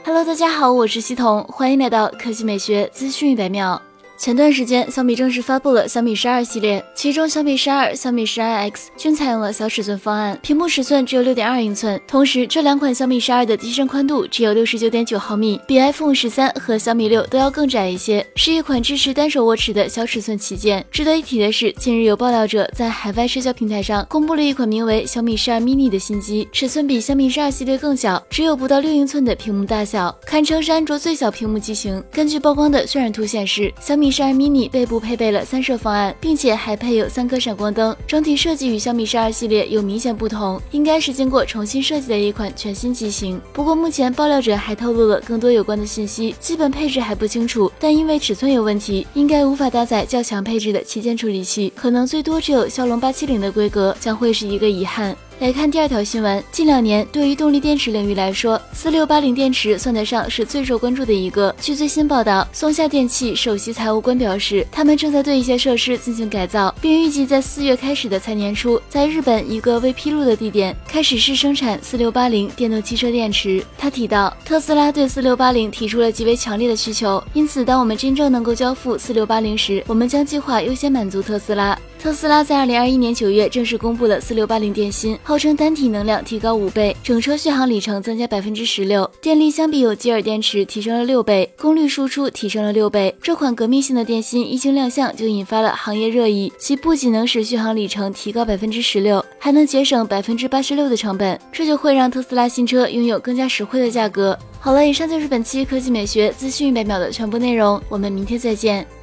Hello， 大家好，我是西彤，欢迎来到科技美学资讯100秒。前段时间，小米正式发布了小米12系列，其中小米12、小米12X 均采用了小尺寸方案，屏幕尺寸只有 6.2 英寸。同时，这两款小米12的机身宽度只有 69.9 毫米，比 iPhone 13和小米6都要更窄一些，是一款支持单手握持的小尺寸旗舰。值得一提的是，近日有爆料者在海外社交平台上公布了一款名为小米12 mini 的新机，尺寸比小米12系列更小，只有不到6英寸的屏幕大小，堪称是安卓最小屏幕机型。根据曝光的渲染图显示，小米12 mini 背部配备了3摄方案，并且还配有3颗闪光灯，整体设计与小米12系列有明显不同，应该是经过重新设计的一款全新机型。不过目前爆料者还透露了更多有关的信息，基本配置还不清楚，但因为尺寸有问题，应该无法搭载较强配置的旗舰处理器，可能最多只有骁龙870的规格，将会是一个遗憾。来看第二条新闻，近2年对于动力电池领域来说，4680电池算得上是最受关注的一个。据最新报道，松下电器首席财务官表示，他们正在对一些设施进行改造，并预计在4月开始的财年初，在日本一个未披露的地点开始试生产4680电动汽车电池。他提到，特斯拉对4680提出了极为强烈的需求，因此当我们真正能够交付4680时，我们将计划优先满足特斯拉。特斯拉在2021年9月正式公布了4680电芯，号称单体能量提高5倍，整车续航里程增加 16%， 电力相比有吉尔电池提升了6倍，功率输出提升了6倍。这款革命性的电芯一经亮相就引发了行业热议，其不仅能使续航里程提高 16%， 还能节省 86% 的成本，这就会让特斯拉新车拥有更加实惠的价格。好了，以上就是本期科技美学资讯100秒的全部内容，我们明天再见。